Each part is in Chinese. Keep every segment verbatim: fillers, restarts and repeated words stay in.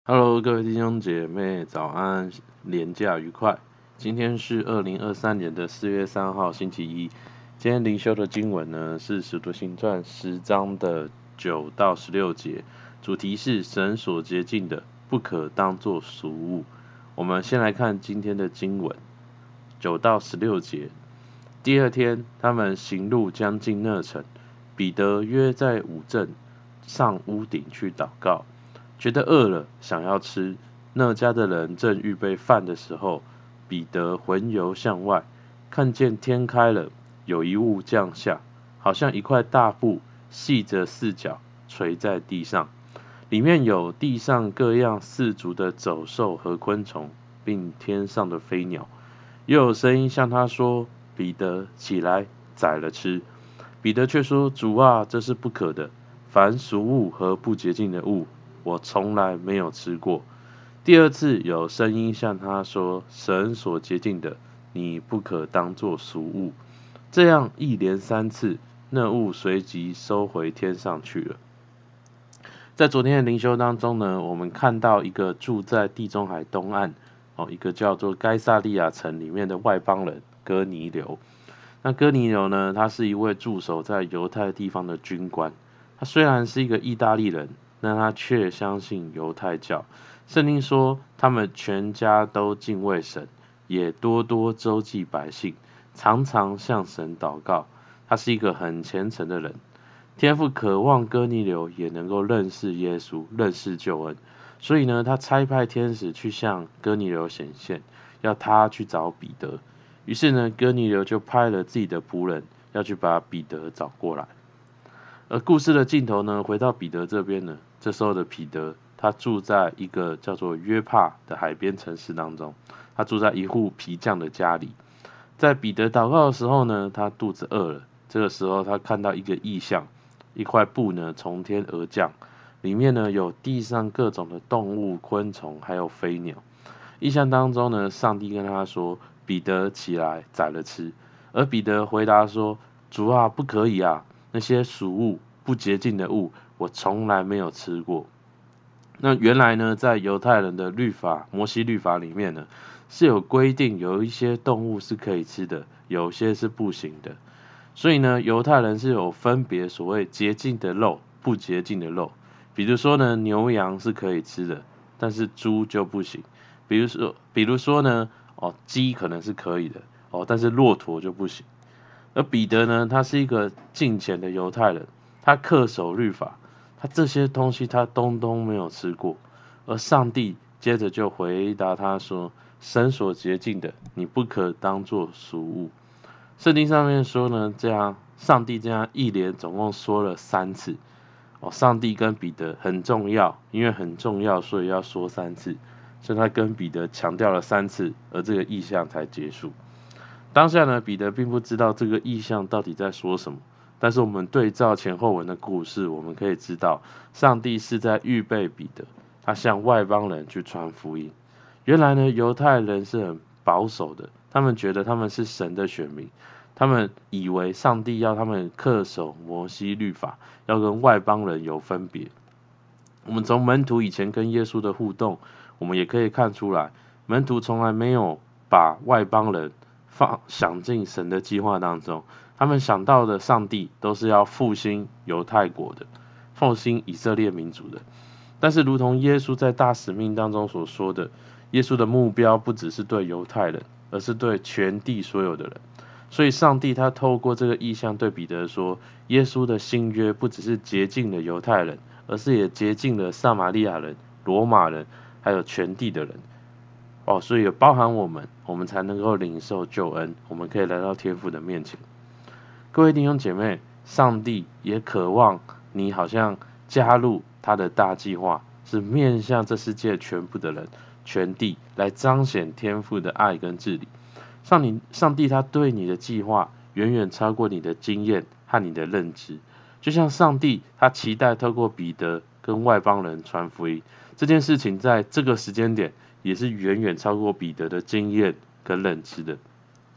Hello，各位弟兄姐妹，早安，连假愉快。今天是二零二三年的四月三号，星期一。今天灵修的经文呢是《使徒行传》十章的九到十六节，主题是神所洁净的，不可当作俗物。我们先来看今天的经文，九到十六节。第二天，他们行路将近那城，彼得约在午正上屋顶去祷告。觉得饿了，想要吃。那家的人正预备饭的时候，彼得魂游向外，看见天开了，有一物降下，好像一块大布，系着四角，垂在地上，里面有地上各样四足的走兽和昆虫，并天上的飞鸟。又有声音向他说：“彼得，起来，宰了吃。”彼得却说：“主啊，这是不可的。凡俗物和不洁净的物，我从来没有吃过。”第二次有声音向他说：“神所洁净的，你不可当作俗物。”这样一连三次，那物随即收回天上去了。在昨天的灵修当中呢，我们看到一个住在地中海东岸哦，一个叫做该萨利亚城里面的外邦人哥尼流。那哥尼流呢，他是一位驻守在犹太地方的军官。他虽然是一个意大利人，但他却相信犹太教。圣经说，他们全家都敬畏神，也多多周济百姓，常常向神祷告。他是一个很虔诚的人。天父渴望哥尼流也能够认识耶稣，认识救恩，所以呢，他差派天使去向哥尼流显现，要他去找彼得。于是呢，哥尼流就派了自己的仆人，要去把彼得找过来。而故事的尽头呢，回到彼得这边呢，这时候的彼得，他住在一个叫做约帕的海边城市当中，他住在一户皮匠的家里。在彼得祷告的时候呢，他肚子饿了。这个时候，他看到一个异象，一块布呢从天而降，里面呢有地上各种的动物、昆虫，还有飞鸟。异象当中呢，上帝跟他说：“彼得，起来，宰了吃。”而彼得回答说：“主啊，不可以啊！那些俗物、不洁净的物，我从来没有吃过。”那原来呢，在犹太人的律法，摩西律法里面呢，是有规定，有一些动物是可以吃的，有些是不行的。所以呢，犹太人是有分别所谓洁净的肉、不洁净的肉。比如说呢，牛羊是可以吃的，但是猪就不行。比如说，比如说呢，哦，鸡可能是可以的，哦，但是骆驼就不行。而彼得呢，他是一个敬虔的犹太人，他恪守律法，他这些东西他通通没有吃过。而上帝接着就回答他说：“神所洁净的，你不可当作俗物。”圣经上面说呢，这样上帝这样一连总共说了三次。哦，上帝跟彼得很重要，因为很重要，所以要说三次。所以他跟彼得强调了三次，而这个意象才结束。当下呢，彼得并不知道这个意象到底在说什么，但是我们对照前后文的故事，我们可以知道，上帝是在预备彼得，他向外邦人去传福音。原来呢，犹太人是很保守的，他们觉得他们是神的选民，他们以为上帝要他们恪守摩西律法，要跟外邦人有分别。我们从门徒以前跟耶稣的互动，我们也可以看出来，门徒从来没有把外邦人放想进神的计划当中，他们想到的上帝都是要复兴犹太国的，复兴以色列民族的。但是，如同耶稣在大使命当中所说的，耶稣的目标不只是对犹太人，而是对全地所有的人。所以，上帝他透过这个意象对彼得说，耶稣的新约不只是洁净了犹太人，而是也洁净了撒玛利亚人、罗马人，还有全地的人。哦，所以也包含我们，我们才能够领受救恩，我们可以来到天父的面前。各位弟兄姐妹，上帝也渴望你好像加入他的大计划，是面向这世界全部的人、全地来彰显天父的爱跟治理。上帝，上帝他对你的计划远远超过你的经验和你的认知。就像上帝他期待透过彼得跟外邦人传福音，这件事情在这个时间点也是远远超过彼得的经验跟认知的。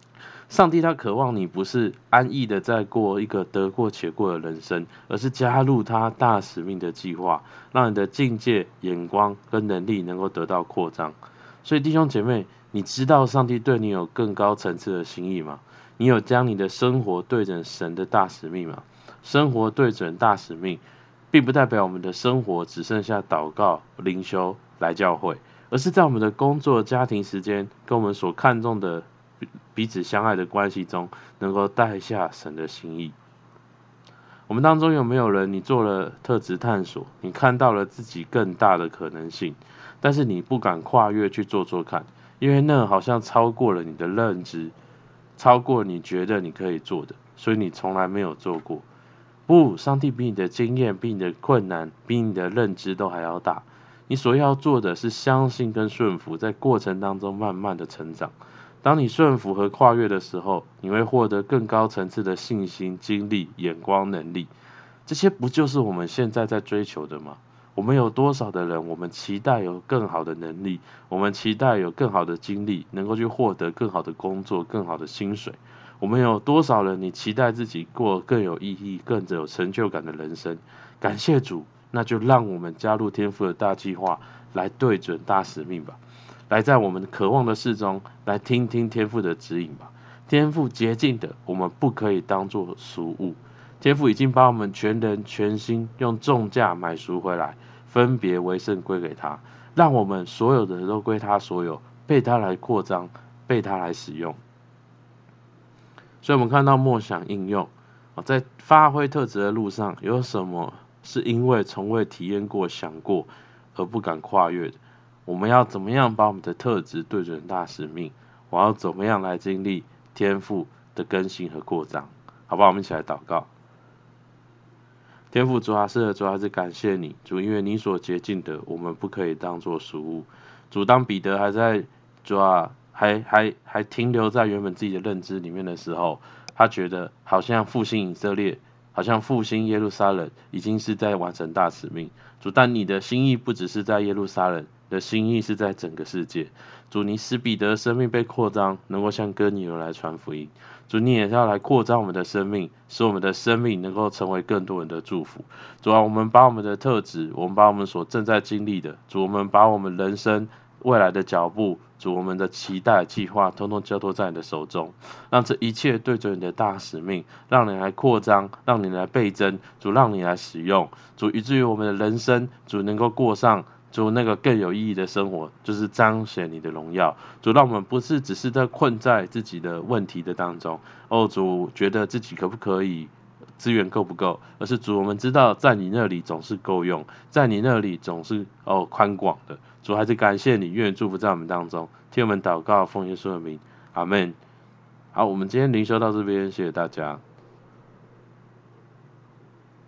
上帝他渴望你不是安逸的在过一个得过且过的人生，而是加入他大使命的计划，让你的境界、眼光跟能力能够得到扩张。所以弟兄姐妹，你知道上帝对你有更高层次的心意吗？你有将你的生活对准神的大使命吗？生活对准大使命，并不代表我们的生活只剩下祷告、灵修、来教会，而是在我们的工作、家庭时间跟我们所看重的彼此相爱的关系中，能够带下神的心意。我们当中有没有人，你做了特质探索，你看到了自己更大的可能性，但是你不敢跨越去做做看，因为那好像超过了你的认知，超过你觉得你可以做的，所以你从来没有做过。不，上帝比你的经验、比你的困难、比你的认知都还要大。你所要做的是相信跟顺服，在过程当中慢慢的成长。当你顺服和跨越的时候，你会获得更高层次的信心、经历、眼光、能力。这些不就是我们现在在追求的吗？我们有多少的人，我们期待有更好的能力，我们期待有更好的经历，能够去获得更好的工作、更好的薪水。我们有多少人，你期待自己过更有意义、更有成就感的人生？感谢主，那就让我们加入天父的大计划，来对准大使命吧。来在我们渴望的事中，来听听天父的指引吧。天父洁净的，我们不可以当作俗物。天父已经把我们全人全心用重价买赎回来，分别为圣归给他，让我们所有的都归他所有，被他来扩张，被他来使用。所以我们看到默想应用，在发挥特质的路上，有什么是因为从未体验过、想过而不敢跨越的？我们要怎么样把我们的特质对准大使命？我要怎么样来经历天赋的更新和扩张？好不好？我们一起来祷告。天父主啊，是的，主啊，是感谢你，主，因为你所洁净的，我们不可以当作俗物。主，当彼得还在主啊，还还还停留在原本自己的认知里面的时候，他觉得好像复兴以色列，好像复兴耶路撒冷，已经是在完成大使命。主，但你的心意不只是在耶路撒冷，你的心意是在整个世界。主，你使彼得的生命被扩张，能够向哥尼流来传福音。主，你也要来扩张我们的生命，使我们的生命能够成为更多人的祝福。主啊，我们把我们的特质，我们把我们所正在经历的，主，我们把我们人生未来的脚步，主，我们的期待计划，统统交托在你的手中，让这一切对准你的大使命，让你来扩张，让你来倍增，主，让你来使用，主，以至于我们的人生，主能够过上主那个更有意义的生活，就是彰显你的荣耀。主，让我们不是只是在困在自己的问题的当中，哦，主觉得自己可不可以，资源够不够，而是主，我们知道在你那里总是够用，在你那里总是哦宽广的。主，还是感谢你，愿祝福在我们当中，听我们祷告，奉耶稣的名，阿们。好，我们今天灵修到这边，谢谢大家。